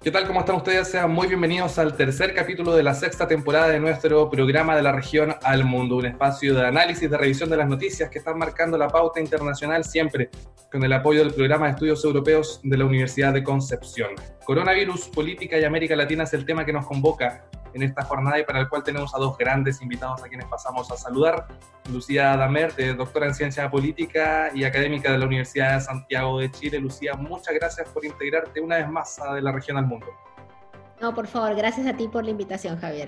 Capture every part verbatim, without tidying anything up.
¿Qué tal? ¿Cómo están ustedes? Sean muy bienvenidos al tercer capítulo de la sexta temporada de nuestro programa de la región al mundo, un espacio de análisis, de revisión de las noticias que están marcando la pauta internacional siempre con el apoyo del Programa de Estudios Europeos de la Universidad de Concepción. Coronavirus, política y América Latina es el tema que nos convoca en esta jornada y para el cual tenemos a dos grandes invitados a quienes pasamos a saludar. Lucía Damer, doctora en Ciencia Política y académica de la Universidad de Santiago de Chile. Lucía, muchas gracias por integrarte una vez más a De la Región al Mundo. No, por favor, gracias a ti por la invitación, Javier.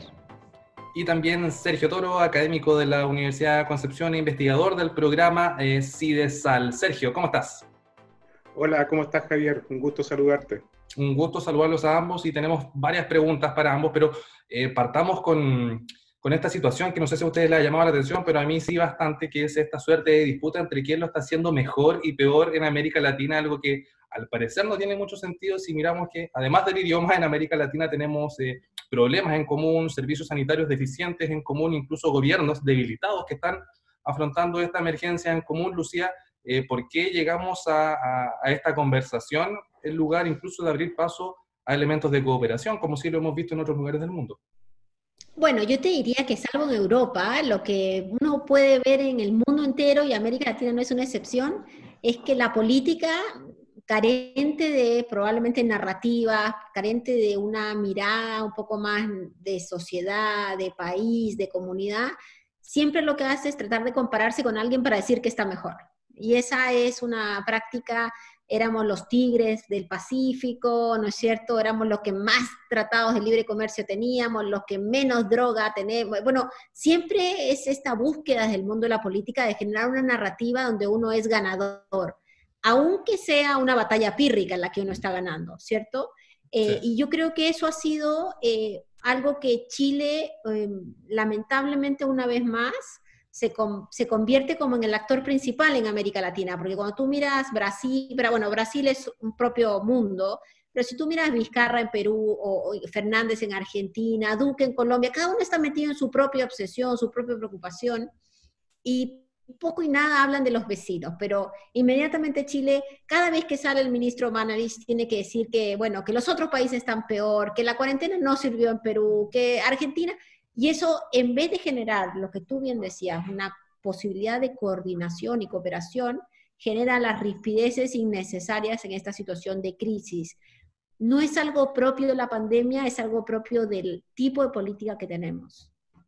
Y también Sergio Toro, académico de la Universidad de Concepción e investigador del programa eh, CIDESAL. Sergio, ¿cómo estás? Hola, ¿cómo estás, Javier? Un gusto saludarte. Un gusto saludarlos a ambos y tenemos varias preguntas para ambos, pero eh, partamos con, con esta situación que no sé si a ustedes les ha llamado la atención, pero a mí sí bastante, que es esta suerte de disputa entre quién lo está haciendo mejor y peor en América Latina, algo que al parecer no tiene mucho sentido si miramos que, además del idioma, en América Latina tenemos eh, problemas en común, servicios sanitarios deficientes en común, incluso gobiernos debilitados que están afrontando esta emergencia en común. Lucía, eh, ¿por qué llegamos a, a, a esta conversación en lugar incluso de abrir paso a elementos de cooperación, como sí lo hemos visto en otros lugares del mundo? Bueno, yo te diría que salvo en Europa, lo que uno puede ver en el mundo entero, y América Latina no es una excepción, es que la política carente de probablemente narrativa, carente de una mirada un poco más de sociedad, de país, de comunidad, siempre lo que hace es tratar de compararse con alguien para decir que está mejor. Y esa es una práctica. Éramos los tigres del Pacífico, ¿no es cierto? Éramos los que más tratados de libre comercio teníamos, los que menos droga tenemos. Bueno, siempre es esta búsqueda del mundo de la política de generar una narrativa donde uno es ganador, aunque sea una batalla pírrica en la que uno está ganando, ¿cierto? Eh, sí. Y yo creo que eso ha sido eh, algo que Chile, eh, lamentablemente una vez más, Se, com, se convierte como en el actor principal en América Latina, porque cuando tú miras Brasil, pero bueno, Brasil es un propio mundo, pero si tú miras Vizcarra en Perú, o, o Fernández en Argentina, Duque en Colombia, cada uno está metido en su propia obsesión, su propia preocupación, y poco y nada hablan de los vecinos, pero inmediatamente Chile, cada vez que sale el ministro Manarich, tiene que decir que, bueno, que los otros países están peor, que la cuarentena no sirvió en Perú, que Argentina... Y eso, en vez de generar, lo que tú bien decías, una posibilidad de coordinación y cooperación, genera las rispideces innecesarias en esta situación de crisis. No es algo propio de la pandemia, es algo propio del tipo de política que tenemos.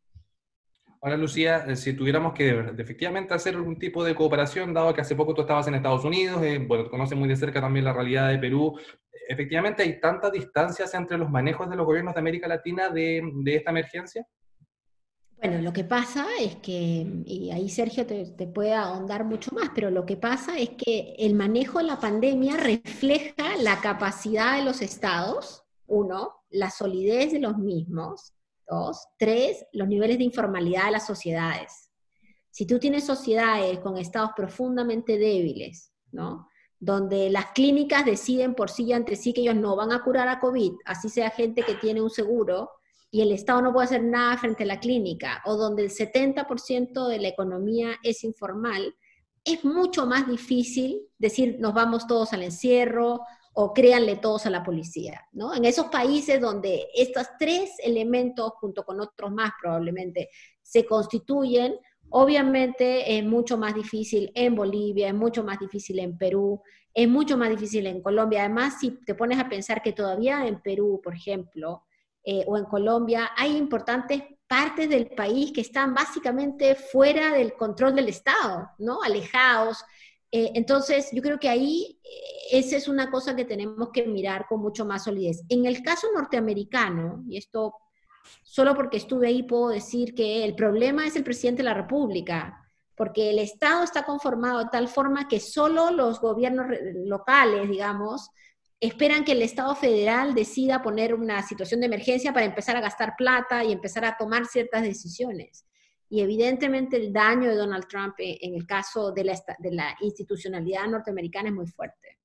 Ahora, Lucía, si tuviéramos que efectivamente hacer algún tipo de cooperación, dado que hace poco tú estabas en Estados Unidos, eh, bueno, conoces muy de cerca también la realidad de Perú, ¿efectivamente hay tantas distancias entre los manejos de los gobiernos de América Latina de, de esta emergencia? Bueno, lo que pasa es que, y ahí Sergio te, te puede ahondar mucho más, pero lo que pasa es que el manejo de la pandemia refleja la capacidad de los estados, uno, la solidez de los mismos, dos, tres, los niveles de informalidad de las sociedades. Si tú tienes sociedades con estados profundamente débiles, ¿no?, donde las clínicas deciden por sí y entre sí que ellos no van a curar a COVID, así sea gente que tiene un seguro, y el Estado no puede hacer nada frente a la clínica, o donde el setenta por ciento de la economía es informal, es mucho más difícil decir nos vamos todos al encierro o créanle todos a la policía, ¿no? En esos países donde estos tres elementos, junto con otros más probablemente, se constituyen, obviamente es mucho más difícil en Bolivia, es mucho más difícil en Perú, es mucho más difícil en Colombia. Además, si te pones a pensar que todavía en Perú, por ejemplo, Eh, o en Colombia, hay importantes partes del país que están básicamente fuera del control del Estado, ¿no? Alejados. Eh, entonces, yo creo que ahí eh, esa es una cosa que tenemos que mirar con mucho más solidez. En el caso norteamericano, y esto solo porque estuve ahí puedo decir que el problema es el presidente de la República, porque el Estado está conformado de tal forma que solo los gobiernos locales, digamos, esperan que el Estado federal decida poner una situación de emergencia para empezar a gastar plata y empezar a tomar ciertas decisiones. Y evidentemente el daño de Donald Trump en el caso de la, de la institucionalidad norteamericana es muy fuerte.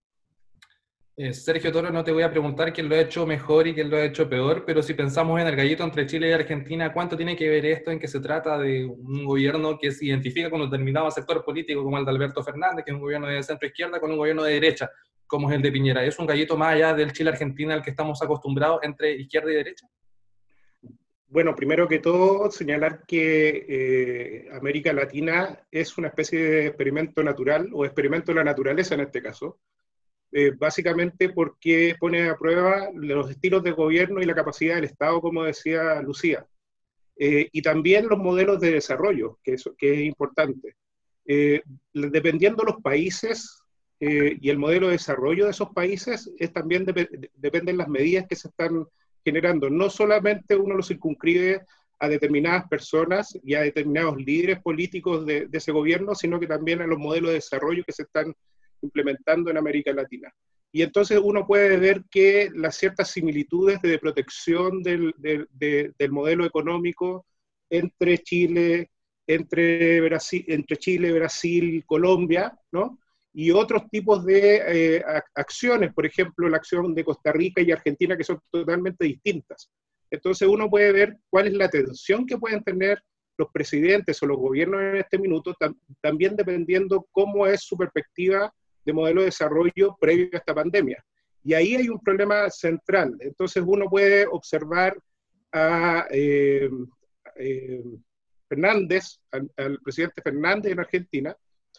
Eh, Sergio Toro, no te voy a preguntar quién lo ha hecho mejor y quién lo ha hecho peor, pero si pensamos en el gallito entre Chile y Argentina, ¿cuánto tiene que ver esto en que se trata de un gobierno que se identifica con un determinado sector político como el de Alberto Fernández, que es un gobierno de centro izquierda, con un gobierno de derecha, como es el de Piñera? ¿Es un gallito más allá del Chile-Argentina al que estamos acostumbrados entre izquierda y derecha? Bueno, primero que todo, señalar que eh, América Latina es una especie de experimento natural, o experimento de la naturaleza en este caso, eh, básicamente porque pone a prueba los estilos de gobierno y la capacidad del Estado, como decía Lucía, eh, y también los modelos de desarrollo, que es, que es importante. Eh, dependiendo de los países eh, y el modelo de desarrollo de esos países, es también de, dependen las medidas que se están generando. No solamente uno lo circunscribe a determinadas personas y a determinados líderes políticos de, de ese gobierno, sino que también a los modelos de desarrollo que se están implementando en América Latina. Y entonces uno puede ver que las ciertas similitudes de protección del, de, de, del modelo económico entre Chile, entre, Brasil, entre Chile, Brasil, Colombia, ¿no? Y otros tipos de eh, acciones, por ejemplo, la acción de Costa Rica y Argentina, que son totalmente distintas. Entonces uno puede ver cuál es la tensión que pueden tener los presidentes o los gobiernos en este minuto, tam también dependiendo cómo es su perspectiva de modelo de desarrollo previo a esta pandemia. Y ahí hay un problema central. Entonces uno puede observar a eh, eh, Fernández, al, al presidente Fernández en Argentina,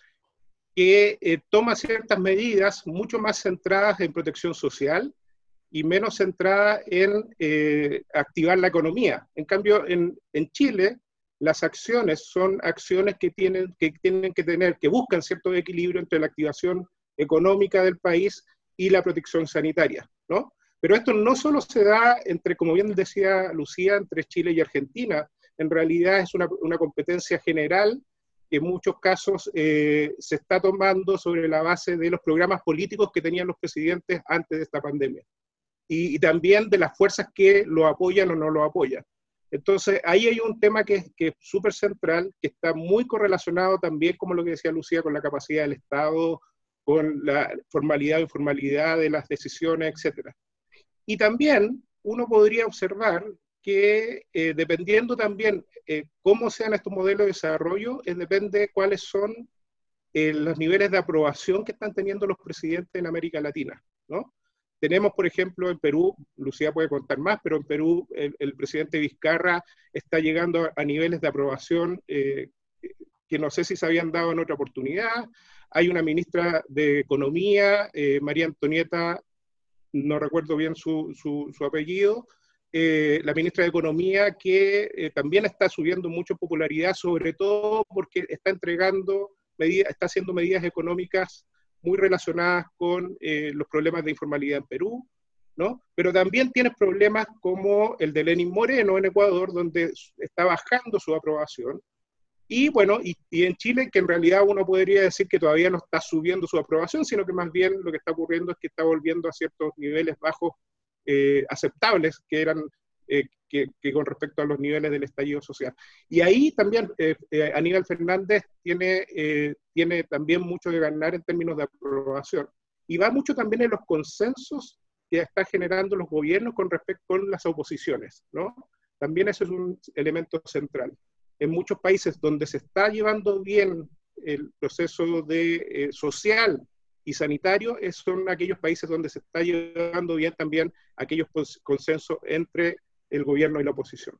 que eh, toma ciertas medidas mucho más centradas en protección social y menos centradas en eh, activar la economía. En cambio, en, en Chile, las acciones son acciones que tienen, que tienen que tener, que buscan cierto equilibrio entre la activación económica del país y la protección sanitaria, ¿no? Pero esto no solo se da entre, como bien decía Lucía, entre Chile y Argentina, en realidad es una, una competencia general que en muchos casos eh, se está tomando sobre la base de los programas políticos que tenían los presidentes antes de esta pandemia. Y, y también de las fuerzas que lo apoyan o no lo apoyan. Entonces, ahí hay un tema que, que es súper central, que está muy correlacionado también, como lo que decía Lucía, con la capacidad del Estado, con la formalidad o informalidad de las decisiones, etcétera. Y también uno podría observar que eh, dependiendo también eh, cómo sean estos modelos de desarrollo, eh, depende cuáles son eh, los niveles de aprobación que están teniendo los presidentes en América Latina, ¿no? Tenemos, por ejemplo, en Perú, Lucía puede contar más, pero en Perú el, el presidente Vizcarra está llegando a, a niveles de aprobación eh, que no sé si se habían dado en otra oportunidad. Hay una ministra de Economía, eh, María Antonieta, no recuerdo bien su, su, su apellido, eh, la ministra de Economía, que eh, también está subiendo mucho popularidad, sobre todo porque está entregando medidas, está haciendo medidas económicas muy relacionadas con eh, los problemas de informalidad en Perú, ¿no? Pero también tienes problemas como el de Lenín Moreno en Ecuador, donde está bajando su aprobación. Y bueno, y, y en Chile, que en realidad uno podría decir que todavía no está subiendo su aprobación, sino que más bien lo que está ocurriendo es que está volviendo a ciertos niveles bajos eh, aceptables, que eran eh, que, que con respecto a los niveles del estallido social. Y ahí también eh, eh, Aníbal Fernández tiene, eh, tiene también mucho que ganar en términos de aprobación. Y va mucho también en los consensos que están generando los gobiernos con respecto con las oposiciones, ¿no? También eso es un elemento central. En muchos países donde se está llevando bien el proceso de, eh, social y sanitario, es, son aquellos países donde se está llevando bien también aquellos consensos entre el gobierno y la oposición.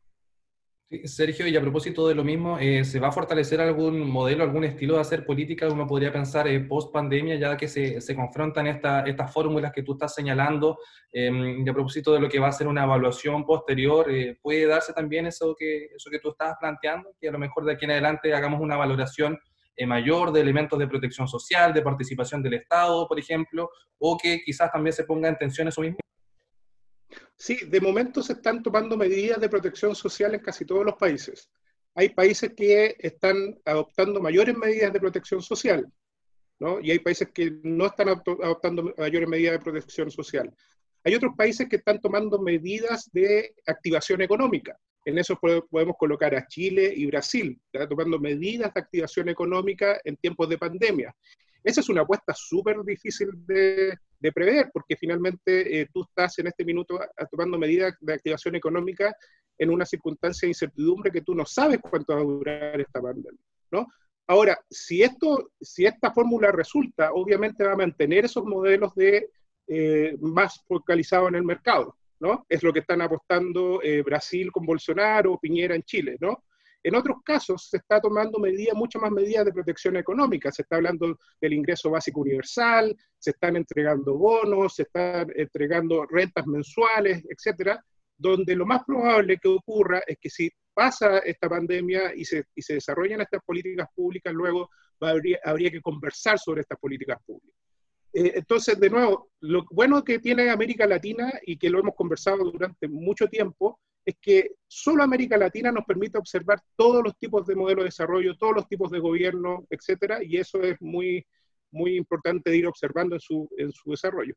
Sí, Sergio, y a propósito de lo mismo, eh, ¿se va a fortalecer algún modelo, algún estilo de hacer política? Uno podría pensar eh, post-pandemia, ya que se, se confrontan esta, estas fórmulas que tú estás señalando, eh, y a propósito de lo que va a ser una evaluación posterior, eh, ¿puede darse también eso que, eso que tú estabas planteando? Que a lo mejor de aquí en adelante hagamos una valoración eh, mayor de elementos de protección social, de participación del Estado, por ejemplo, o que quizás también se ponga en tensión eso mismo. Sí, de momento se están tomando medidas de protección social en casi todos los países. Hay países que están adoptando mayores medidas de protección social, ¿no? Y hay países que no están adoptando mayores medidas de protección social. Hay otros países que están tomando medidas de activación económica. En eso podemos colocar a Chile y Brasil, ¿verdad? Tomando medidas de activación económica en tiempos de pandemia. Esa es una apuesta súper difícil de, de prever, porque finalmente eh, tú estás en este minuto tomando medidas de activación económica en una circunstancia de incertidumbre que tú no sabes cuánto va a durar esta pandemia, ¿no? Ahora, si, esto, si esta fórmula resulta, obviamente va a mantener esos modelos de eh, más focalizados en el mercado, ¿no? Es lo que están apostando eh, Brasil con Bolsonaro o Piñera en Chile, ¿no? En otros casos se está tomando medidas, muchas más medidas de protección económica, se está hablando del ingreso básico universal, se están entregando bonos, se están entregando rentas mensuales, etcétera, donde lo más probable que ocurra es que si pasa esta pandemia y se, y se desarrollan estas políticas públicas, luego va, habría, habría que conversar sobre estas políticas públicas. Eh, entonces, de nuevo, lo bueno que tiene América Latina, y que lo hemos conversado durante mucho tiempo, es que solo América Latina nos permite observar todos los tipos de modelos de desarrollo, todos los tipos de gobierno, etcétera, y eso es muy, muy importante de ir observando en su, en su desarrollo.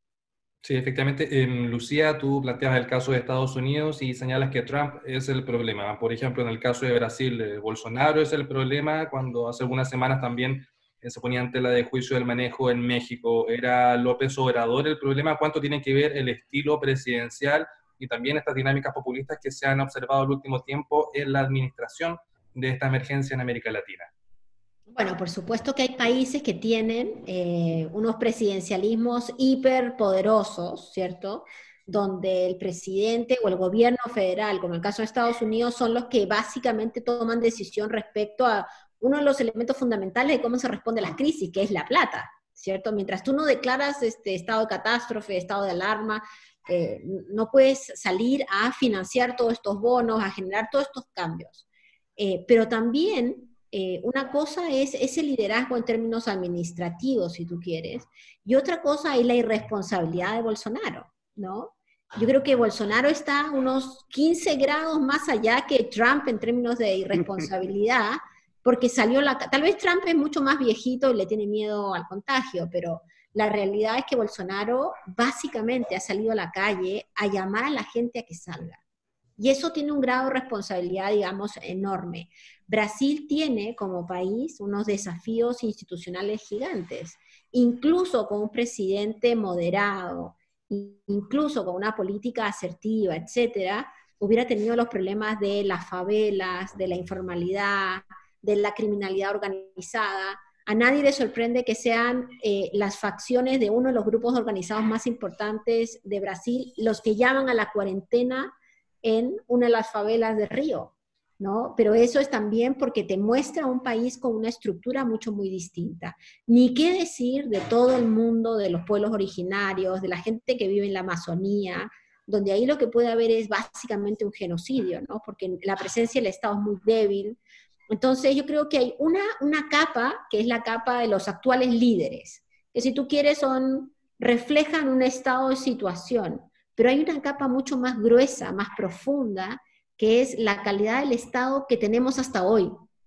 Sí, efectivamente. Eh, Lucía, tú planteas el caso de Estados Unidos y señalas que Trump es el problema. Por ejemplo, en el caso de Brasil, eh, Bolsonaro es el problema, cuando hace algunas semanas también eh, se ponía en tela de juicio el manejo en México. ¿Era López Obrador el problema? ¿Cuánto tiene que ver el estilo presidencial y también estas dinámicas populistas que se han observado el último tiempo en la administración de esta emergencia en América Latina? Bueno, por supuesto que hay países que tienen eh, unos presidencialismos hiperpoderosos, ¿cierto? Donde el presidente o el gobierno federal, como en el caso de Estados Unidos, son los que básicamente toman decisión respecto a uno de los elementos fundamentales de cómo se responde a las crisis, que es la plata, ¿cierto? Mientras tú no declaras este estado de catástrofe, estado de alarma, eh, no puedes salir a financiar todos estos bonos, a generar todos estos cambios. Eh, pero también... Eh, una cosa es ese liderazgo en términos administrativos, si tú quieres, y otra cosa es la irresponsabilidad de Bolsonaro, ¿no? Yo creo que Bolsonaro está unos quince grados más allá que Trump en términos de irresponsabilidad, porque salió la... Tal vez Trump es mucho más viejito y le tiene miedo al contagio, pero la realidad es que Bolsonaro básicamente ha salido a la calle a llamar a la gente a que salga. Y eso tiene un grado de responsabilidad, digamos, enorme. Brasil tiene como país unos desafíos institucionales gigantes, incluso con un presidente moderado, incluso con una política asertiva, etcétera, hubiera tenido los problemas de las favelas, de la informalidad, de la criminalidad organizada. A nadie le sorprende que sean eh, las facciones de uno de los grupos organizados más importantes de Brasil los que llaman a la cuarentena en una de las favelas de Río, ¿no? Pero eso es también porque te muestra un país con una estructura mucho muy distinta. Ni qué decir de todo el mundo, de los pueblos originarios, de la gente que vive en la Amazonía, donde ahí lo que puede haber es básicamente un genocidio, ¿no? Porque la presencia del Estado es muy débil. Entonces yo creo que hay una, una capa, que es la capa de los actuales líderes, que si tú quieres son, reflejan un estado de situación, pero hay una capa mucho más gruesa, más profunda, que es la calidad del Estado que tenemos hasta hoy.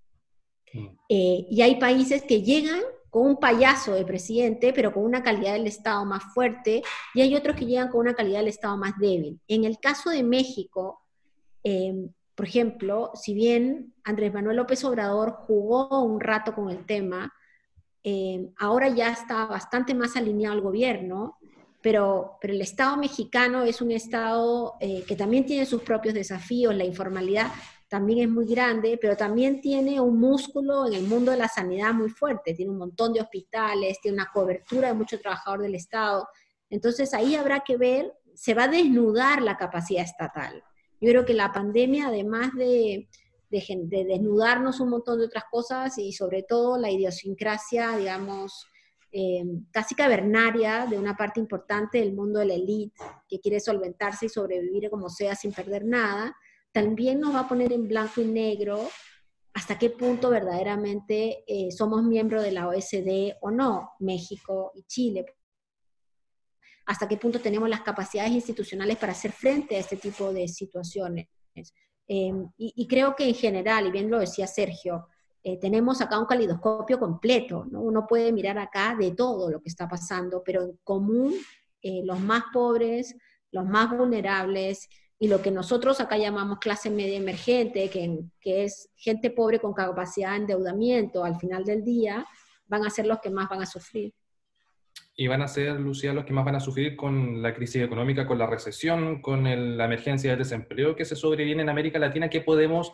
Eh, y hay países que llegan con un payaso de presidente, pero con una calidad del Estado más fuerte, y hay otros que llegan con una calidad del Estado más débil. En el caso de México, eh, por ejemplo, si bien Andrés Manuel López Obrador jugó un rato con el tema, eh, ahora ya está bastante más alineado al gobierno, Pero, pero el Estado mexicano es un Estado eh, que también tiene sus propios desafíos, la informalidad también es muy grande, pero también tiene un músculo en el mundo de la sanidad muy fuerte, tiene un montón de hospitales, tiene una cobertura de mucho trabajador del Estado, entonces ahí habrá que ver, se va a desnudar la capacidad estatal. Yo creo que la pandemia, además de, de, de desnudarnos un montón de otras cosas, y sobre todo la idiosincrasia, digamos, Eh, casi cavernaria de una parte importante del mundo de la élite que quiere solventarse y sobrevivir como sea sin perder nada, también nos va a poner en blanco y negro hasta qué punto verdaderamente eh, somos miembros de la O E C D o no, México y Chile, hasta qué punto tenemos las capacidades institucionales para hacer frente a este tipo de situaciones. Eh, y, y creo que en general, y bien lo decía Sergio, Eh, tenemos acá un calidoscopio completo, ¿no? Uno puede mirar acá de todo lo que está pasando, pero en común eh, los más pobres, los más vulnerables, y lo que nosotros acá llamamos clase media emergente, que, que es gente pobre con capacidad de endeudamiento, al final del día, van a ser los que más van a sufrir. Y van a ser, Lucía, los que más van a sufrir con la crisis económica, con la recesión, con el, la emergencia del desempleo que se sobreviene en América Latina. ¿Qué podemos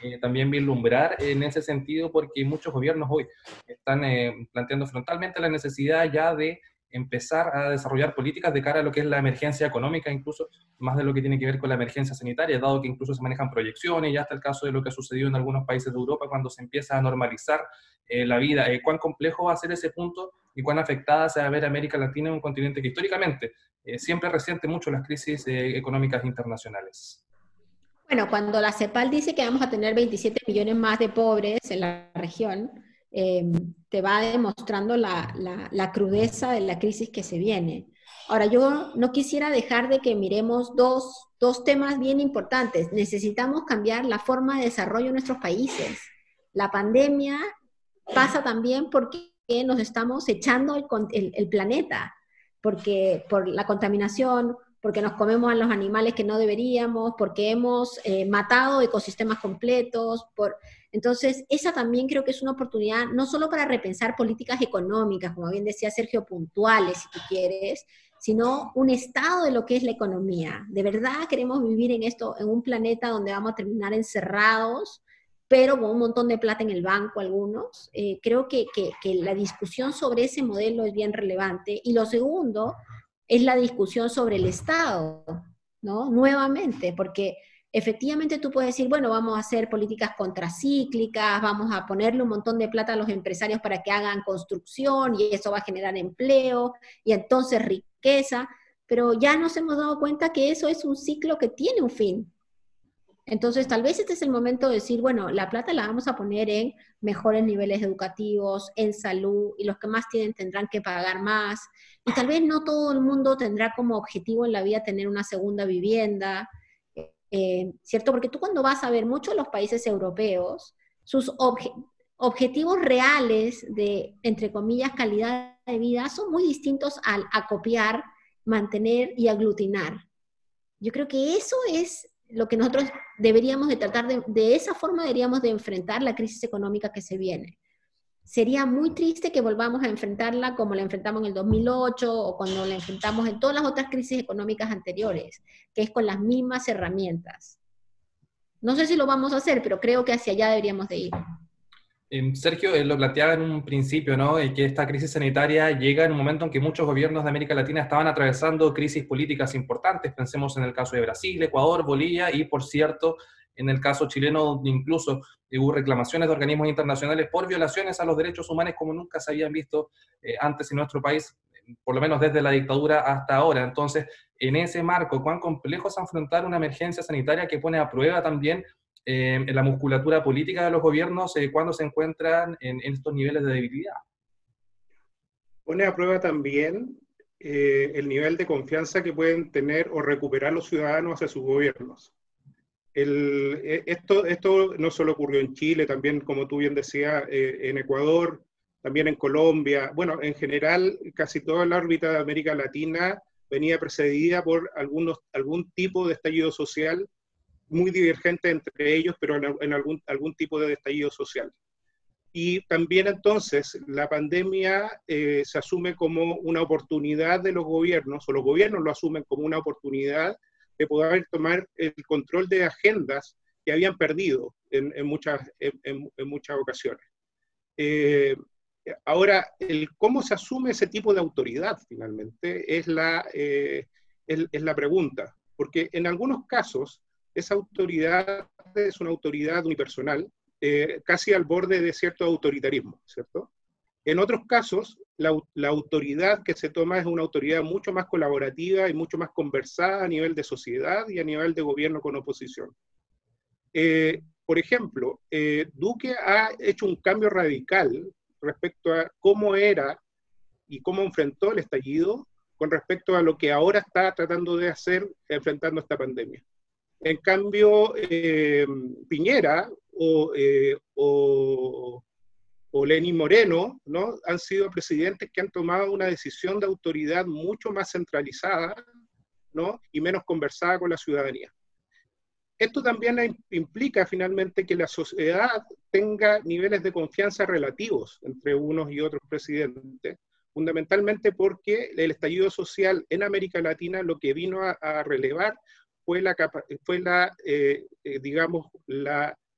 eh, también vislumbrar en ese sentido, porque muchos gobiernos hoy están eh, planteando frontalmente la necesidad ya de empezar a desarrollar políticas de cara a lo que es la emergencia económica, incluso más de lo que tiene que ver con la emergencia sanitaria, dado que incluso se manejan proyecciones, ya hasta el caso de lo que ha sucedido en algunos países de Europa cuando se empieza a normalizar eh, la vida. Eh, ¿Cuán complejo va a ser ese punto y cuán afectada se va a ver América Latina, un continente que históricamente eh, siempre resiente mucho las crisis eh, económicas internacionales? Bueno, cuando la CEPAL dice que vamos a tener veintisiete millones más de pobres en la región, eh, te va demostrando la, la, la crudeza de la crisis que se viene. Ahora, yo no quisiera dejar de que miremos dos, dos temas bien importantes. Necesitamos cambiar la forma de desarrollo de nuestros países. La pandemia pasa también porque nos estamos echando el, el, el planeta, porque por la contaminación, porque nos comemos a los animales que no deberíamos, porque hemos eh, matado ecosistemas completos. Por... Entonces, esa también creo que es una oportunidad, no solo para repensar políticas económicas, como bien decía Sergio, puntuales, si tú quieres, sino un estado de lo que es la economía. ¿De verdad queremos vivir en esto, en un planeta donde vamos a terminar encerrados, pero con un montón de plata en el banco algunos? Eh, creo que, que, que la discusión sobre ese modelo es bien relevante. Y lo segundo es la discusión sobre el Estado, ¿no? Nuevamente, porque efectivamente tú puedes decir, bueno, vamos a hacer políticas contracíclicas, vamos a ponerle un montón de plata a los empresarios para que hagan construcción y eso va a generar empleo y entonces riqueza, pero ya nos hemos dado cuenta que eso es un ciclo que tiene un fin. Entonces, tal vez este es el momento de decir, bueno, la plata la vamos a poner en mejores niveles educativos, en salud, y los que más tienen tendrán que pagar más. Y tal vez no todo el mundo tendrá como objetivo en la vida tener una segunda vivienda, eh, ¿cierto? Porque tú cuando vas a ver muchos de los países europeos, sus obje objetivos reales de, entre comillas, calidad de vida son muy distintos al a copiar, mantener y aglutinar. Yo creo que eso es lo que nosotros deberíamos de tratar de, de esa forma deberíamos de enfrentar la crisis económica que se viene. Sería muy triste que volvamos a enfrentarla como la enfrentamos en el dos mil ocho o cuando la enfrentamos en todas las otras crisis económicas anteriores, que es con las mismas herramientas. No sé si lo vamos a hacer, pero creo que hacia allá deberíamos de ir. Sergio, eh, lo planteaba en un principio, ¿no? Y que esta crisis sanitaria llega en un momento en que muchos gobiernos de América Latina estaban atravesando crisis políticas importantes. Pensemos en el caso de Brasil, Ecuador, Bolivia y, por cierto, en el caso chileno, donde incluso hubo reclamaciones de organismos internacionales por violaciones a los derechos humanos como nunca se habían visto eh, antes en nuestro país, por lo menos desde la dictadura hasta ahora. Entonces, en ese marco, ¿cuán complejo es afrontar una emergencia sanitaria que pone a prueba también Eh, en la musculatura política de los gobiernos eh, cuando se encuentran en, en estos niveles de debilidad? Pone a prueba también eh, el nivel de confianza que pueden tener o recuperar los ciudadanos hacia sus gobiernos. El, esto, esto no solo ocurrió en Chile, también, como tú bien decías, eh, en Ecuador, también en Colombia. Bueno, en general, casi toda la órbita de América Latina venía precedida por algunos, algún tipo de estallido social muy divergente entre ellos, pero en, en algún, algún tipo de estallido social. Y también entonces la pandemia eh, se asume como una oportunidad de los gobiernos, o los gobiernos lo asumen como una oportunidad de poder tomar el control de agendas que habían perdido en, en, muchas, en, en muchas ocasiones. Eh, ahora, el cómo se asume ese tipo de autoridad finalmente es la, eh, es, es la pregunta, porque en algunos casos esa autoridad es una autoridad unipersonal, eh, casi al borde de cierto autoritarismo, ¿cierto? En otros casos, la, la autoridad que se toma es una autoridad mucho más colaborativa y mucho más conversada a nivel de sociedad y a nivel de gobierno con oposición. Eh, por ejemplo, eh, Duque ha hecho un cambio radical respecto a cómo era y cómo enfrentó el estallido con respecto a lo que ahora está tratando de hacer enfrentando esta pandemia. En cambio, eh, Piñera o, eh, o, o Lenín Moreno, ¿no?, han sido presidentes que han tomado una decisión de autoridad mucho más centralizada, ¿no?, y menos conversada con la ciudadanía. Esto también implica finalmente que la sociedad tenga niveles de confianza relativos entre unos y otros presidentes, fundamentalmente porque el estallido social en América Latina lo que vino a, a relevar fue la, fue la eh, eh, digamos, la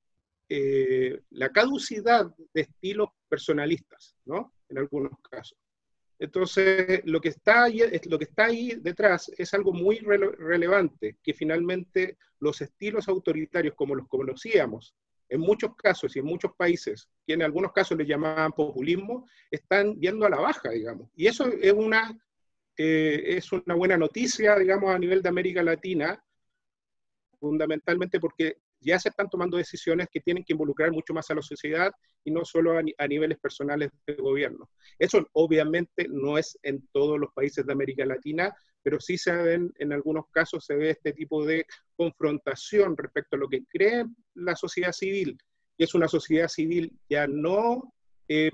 eh, la caducidad de estilos personalistas, ¿no? En algunos casos. Entonces, lo que está ahí, lo que está ahí detrás es algo muy rele relevante, que finalmente los estilos autoritarios como los conocíamos, en muchos casos y en muchos países, que en algunos casos les llamaban populismo, están yendo a la baja, digamos. Y eso es una, eh, es una buena noticia, digamos, a nivel de América Latina, fundamentalmente porque ya se están tomando decisiones que tienen que involucrar mucho más a la sociedad y no solo a, a niveles personales de gobierno. Eso obviamente no es en todos los países de América Latina, pero sí se ven, en algunos casos se ve este tipo de confrontación respecto a lo que cree la sociedad civil, que es una sociedad civil ya no, eh,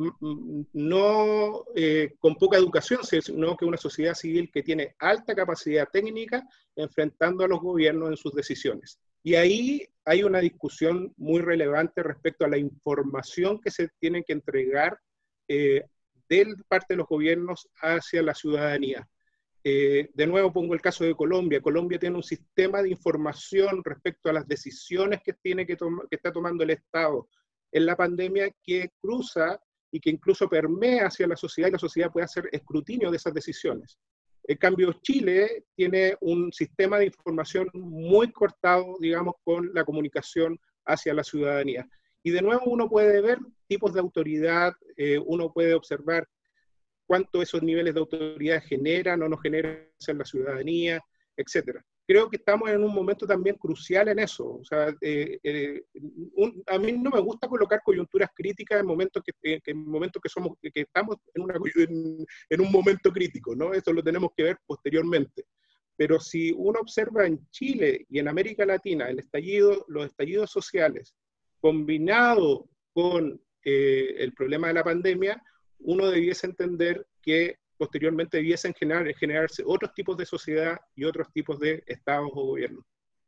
no eh, con poca educación, sino que una sociedad civil que tiene alta capacidad técnica enfrentando a los gobiernos en sus decisiones. Y ahí hay una discusión muy relevante respecto a la información que se tiene que entregar eh, de parte de los gobiernos hacia la ciudadanía. Eh, de nuevo pongo el caso de Colombia. Colombia tiene un sistema de información respecto a las decisiones que, tiene que, que está tomando el Estado en la pandemia que cruza y que incluso permea hacia la sociedad y la sociedad puede hacer escrutinio de esas decisiones. En cambio, Chile tiene un sistema de información muy cortado, digamos, con la comunicación hacia la ciudadanía. Y de nuevo uno puede ver tipos de autoridad, eh, uno puede observar cuánto esos niveles de autoridad generan o no generan en la ciudadanía, etcétera. Creo que estamos en un momento también crucial en eso. O sea, eh, eh, un, a mí no me gusta colocar coyunturas críticas en momentos que, eh, que, en momentos que, somos, que estamos en, una, en, en un momento crítico, ¿no? Eso lo tenemos que ver posteriormente. Pero si uno observa en Chile y en América Latina el estallido, los estallidos sociales combinado con eh, el problema de la pandemia, uno debiese entender que posteriormente debiesen generar, generarse otros tipos de sociedad y otros tipos de estados o gobiernos.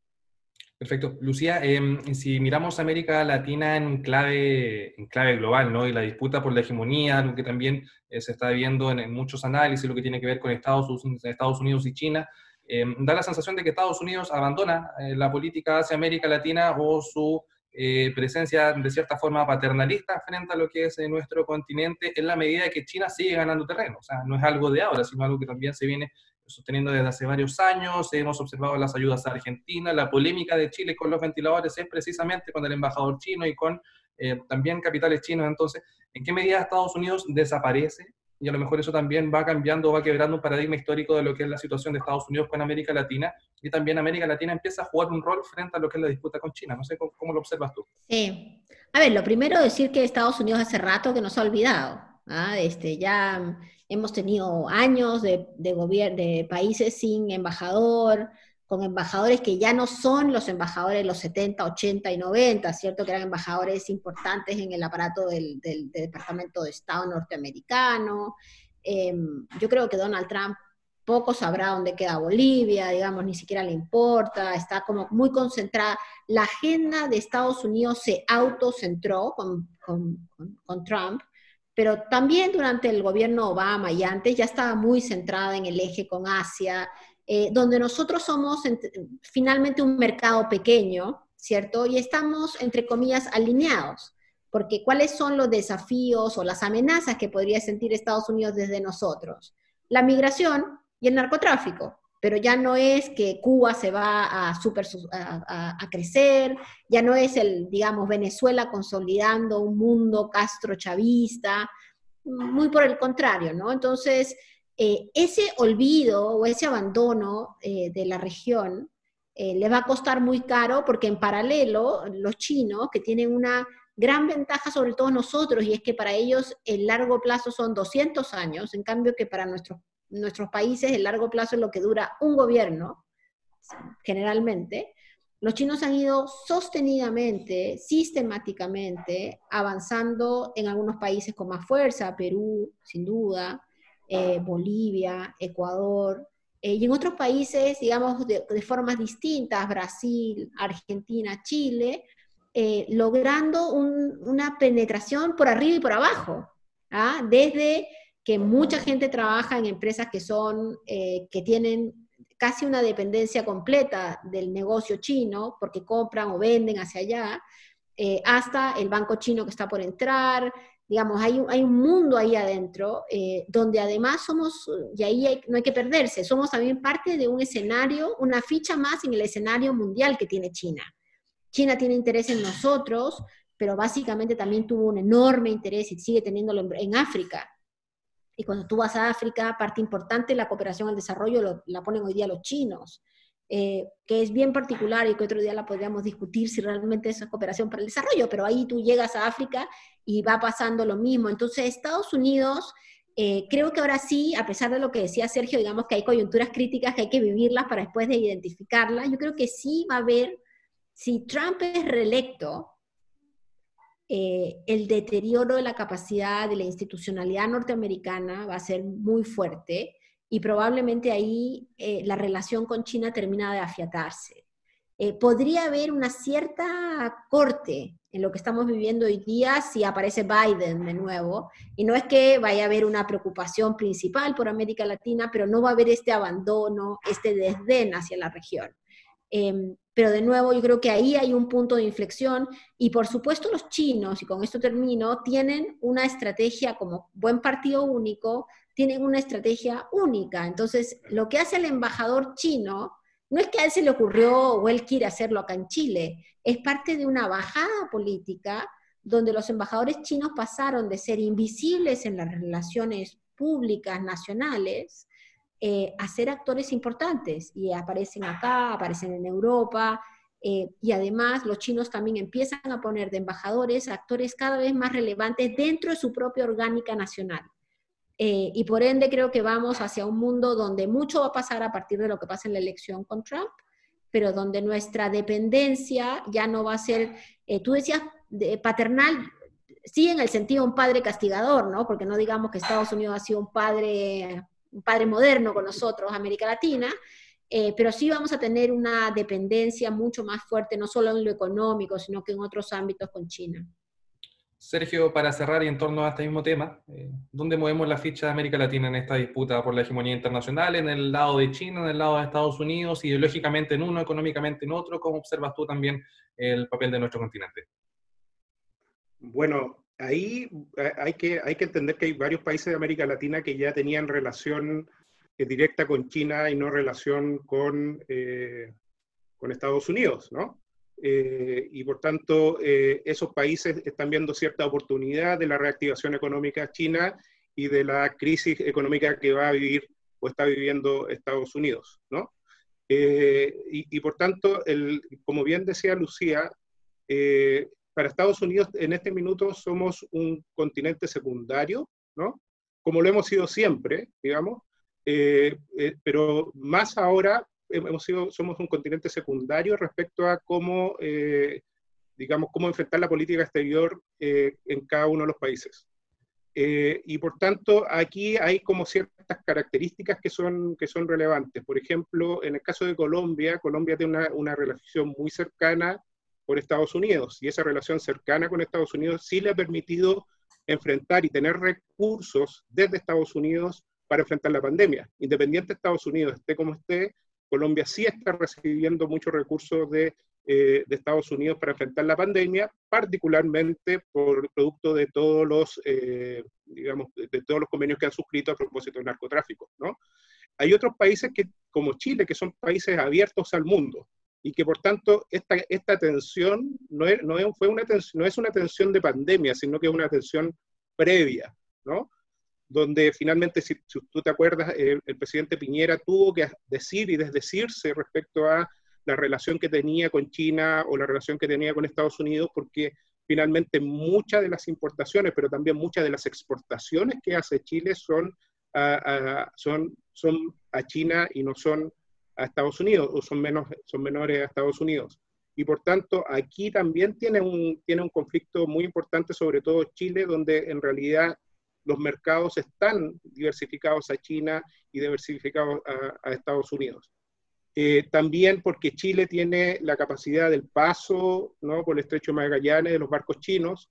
Perfecto. Lucía, eh, si miramos América Latina en clave, en clave global, ¿no? Y la disputa por la hegemonía, lo que también eh, se está viendo en, en muchos análisis, lo que tiene que ver con Estados, Estados Unidos y China, eh, da la sensación de que Estados Unidos abandona eh, la política hacia América Latina o su eh, presencia de cierta forma paternalista frente a lo que es eh, nuestro continente, en la medida que China sigue ganando terreno. O sea, no es algo de ahora, sino algo que también se viene sosteniendo desde hace varios años. Hemos observado las ayudas a Argentina. La polémica de Chile con los ventiladores es precisamente con el embajador chino y con eh, también capitales chinos. Entonces, ¿en qué medida Estados Unidos desaparece? Y a lo mejor eso también va cambiando, va quebrando un paradigma histórico de lo que es la situación de Estados Unidos con América Latina, y también América Latina empieza a jugar un rol frente a lo que es la disputa con China. No sé cómo, cómo lo observas tú. Sí. A ver, lo primero decir que Estados Unidos hace rato que nos ha olvidado. ¿Ah? Este, ya hemos tenido años de, de, de países sin embajador, con embajadores que ya no son los embajadores de los setenta, ochenta y noventa, ¿cierto? Que eran embajadores importantes en el aparato del, del, del Departamento de Estado norteamericano. Eh, yo creo que Donald Trump poco sabrá dónde queda Bolivia, digamos, ni siquiera le importa, está como muy concentrada. La agenda de Estados Unidos se autocentró con, con, con, con Trump, pero también durante el gobierno Obama y antes ya estaba muy centrada en el eje con Asia, eh, donde nosotros somos finalmente un mercado pequeño, ¿cierto? Y estamos, entre comillas, alineados, porque ¿cuáles son los desafíos o las amenazas que podría sentir Estados Unidos desde nosotros? La migración y el narcotráfico, pero ya no es que Cuba se va a, super, a, a, a crecer, ya no es el, digamos, Venezuela consolidando un mundo castrochavista, muy por el contrario, ¿no? Entonces, eh, ese olvido o ese abandono eh, de la región eh, le va a costar muy caro, porque en paralelo los chinos, que tienen una gran ventaja sobre todos nosotros, y es que para ellos el largo plazo son doscientos años, en cambio que para nuestros, nuestros países el largo plazo es lo que dura un gobierno, generalmente. Los chinos han ido sostenidamente, sistemáticamente, avanzando en algunos países con más fuerza, Perú, sin duda, eh, Bolivia, Ecuador, eh, y en otros países, digamos, de, de formas distintas, Brasil, Argentina, Chile, eh, logrando un, una penetración por arriba y por abajo, ¿ah? Desde que mucha gente trabaja en empresas que son, eh, que tienen casi una dependencia completa del negocio chino, porque compran o venden hacia allá, eh, hasta el banco chino que está por entrar. Digamos, hay un, hay un mundo ahí adentro, eh, donde además somos, y ahí hay, no hay que perderse, somos también parte de un escenario, una ficha más en el escenario mundial que tiene China. China tiene interés en nosotros, pero básicamente también tuvo un enorme interés y sigue teniéndolo en, en África. Y cuando tú vas a África, parte importante de la cooperación al desarrollo lo, la ponen hoy día los chinos, eh, que es bien particular y que otro día la podríamos discutir si realmente eso es cooperación para el desarrollo, pero ahí tú llegas a África y va pasando lo mismo. Entonces, Estados Unidos, eh, creo que ahora sí, a pesar de lo que decía Sergio, digamos que hay coyunturas críticas que hay que vivirlas para después de identificarlas, yo creo que sí va a haber, si Trump es reelecto, Eh, el deterioro de la capacidad de la institucionalidad norteamericana va a ser muy fuerte y probablemente ahí eh, la relación con China termina de afiatarse. Eh, podría haber una cierta corte en lo que estamos viviendo hoy día si aparece Biden de nuevo, y no es que vaya a haber una preocupación principal por América Latina, pero no va a haber este abandono, este desdén hacia la región. Eh, pero de nuevo yo creo que ahí hay un punto de inflexión y por supuesto los chinos, y con esto termino, tienen una estrategia como buen partido único, tienen una estrategia única. Entonces lo que hace el embajador chino no es que a él se le ocurrió o él quiere hacerlo acá en Chile, es parte de una bajada política donde los embajadores chinos pasaron de ser invisibles en las relaciones públicas nacionales Eh, a ser actores importantes, y aparecen acá, aparecen en Europa, eh, y además los chinos también empiezan a poner de embajadores actores cada vez más relevantes dentro de su propia orgánica nacional. Eh, y por ende creo que vamos hacia un mundo donde mucho va a pasar a partir de lo que pasa en la elección con Trump, pero donde nuestra dependencia ya no va a ser, eh, tú decías, de, paternal, sí en el sentido de un padre castigador, ¿no? Porque no digamos que Estados Unidos ha sido un padre... un padre moderno con nosotros, América Latina, eh, pero sí vamos a tener una dependencia mucho más fuerte, no solo en lo económico, sino que en otros ámbitos con China. Sergio, para cerrar y en torno a este mismo tema, eh, ¿dónde movemos la ficha de América Latina en esta disputa por la hegemonía internacional? ¿En el lado de China, en el lado de Estados Unidos, ideológicamente en uno, económicamente en otro? ¿Cómo observas tú también el papel de nuestro continente? Bueno, ahí hay que, hay que entender que hay varios países de América Latina que ya tenían relación eh, directa con China y no relación con, eh, con Estados Unidos, ¿no? Eh, y por tanto, eh, esos países están viendo cierta oportunidad de la reactivación económica china y de la crisis económica que va a vivir o está viviendo Estados Unidos, ¿no? Eh, y, y por tanto, el, como bien decía Lucía, eh, para Estados Unidos en este minuto somos un continente secundario, ¿no? Como lo hemos sido siempre, digamos, eh, eh, pero más ahora hemos sido, somos un continente secundario respecto a cómo, eh, digamos, cómo enfrentar la política exterior eh, en cada uno de los países. Eh, y por tanto, aquí hay como ciertas características que son, que son relevantes. Por ejemplo, en el caso de Colombia, Colombia tiene una, una relación muy cercana con Estados Unidos, y esa relación cercana con Estados Unidos sí le ha permitido enfrentar y tener recursos desde Estados Unidos para enfrentar la pandemia. Independiente de Estados Unidos, esté como esté, Colombia sí está recibiendo muchos recursos de, eh, de Estados Unidos para enfrentar la pandemia, particularmente por producto de todos los, eh, digamos, de todos los convenios que han suscrito a propósito del narcotráfico, ¿no? Hay otros países que, como Chile, que son países abiertos al mundo, y que por tanto esta, esta tensión no es, no, es, fue una tensión, no es una tensión de pandemia, sino que es una tensión previa, ¿no? Donde finalmente, si, si tú te acuerdas, el, el presidente Piñera tuvo que decir y desdecirse respecto a la relación que tenía con China o la relación que tenía con Estados Unidos, porque finalmente muchas de las importaciones, pero también muchas de las exportaciones que hace Chile son a, a, son, son a China y no son a Estados Unidos, o son, menos, son menores a Estados Unidos. Y por tanto, aquí también tiene un, tiene un conflicto muy importante, sobre todo Chile, donde en realidad los mercados están diversificados a China y diversificados a, a Estados Unidos. Eh, también porque Chile tiene la capacidad del paso, ¿no?, por el estrecho de Magallanes de los barcos chinos.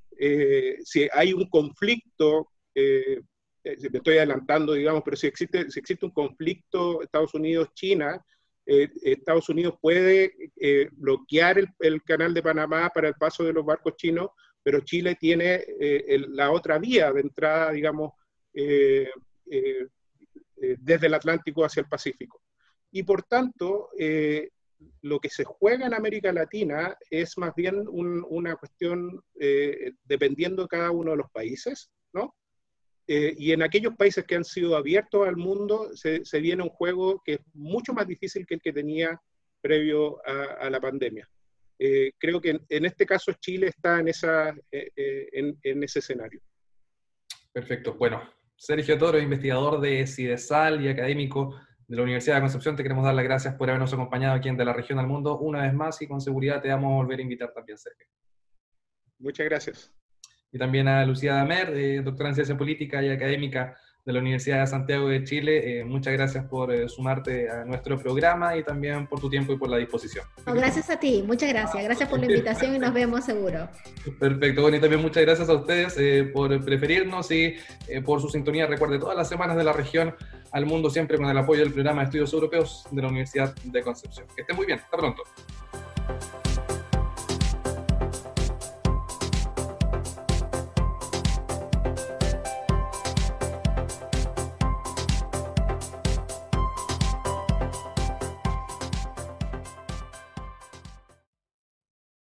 Eh, si hay un conflicto, eh, me estoy adelantando, digamos, pero si existe, si existe un conflicto Estados Unidos-China, eh, Estados Unidos puede eh, bloquear el, el canal de Panamá para el paso de los barcos chinos, pero Chile tiene eh, el, la otra vía de entrada, digamos, eh, eh, eh, desde el Atlántico hacia el Pacífico. Y por tanto, eh, lo que se juega en América Latina es más bien un, una cuestión eh, dependiendo de cada uno de los países, ¿no? Eh, y en aquellos países que han sido abiertos al mundo, se, se viene un juego que es mucho más difícil que el que tenía previo a, a la pandemia. Eh, creo que en, en este caso Chile está en, esa, eh, eh, en, en ese escenario. Perfecto. Bueno, Sergio Toro, investigador de CIDESAL y académico de la Universidad de Concepción, te queremos dar las gracias por habernos acompañado aquí en De la Región al Mundo una vez más, y con seguridad te vamos a volver a invitar también, Sergio. Muchas gracias. Y también a Lucía Damer, eh, doctora en Ciencia Política y académica de la Universidad de Santiago de Chile. Eh, muchas gracias por eh, sumarte a nuestro programa y también por tu tiempo y por la disposición. No, gracias a ti, muchas gracias. Gracias por la invitación y nos vemos seguro. Perfecto, bueno, y también muchas gracias a ustedes eh, por preferirnos y eh, por su sintonía. Recuerde, todas las semanas De la Región al Mundo, siempre con el apoyo del Programa de Estudios Europeos de la Universidad de Concepción. Que estén muy bien, hasta pronto.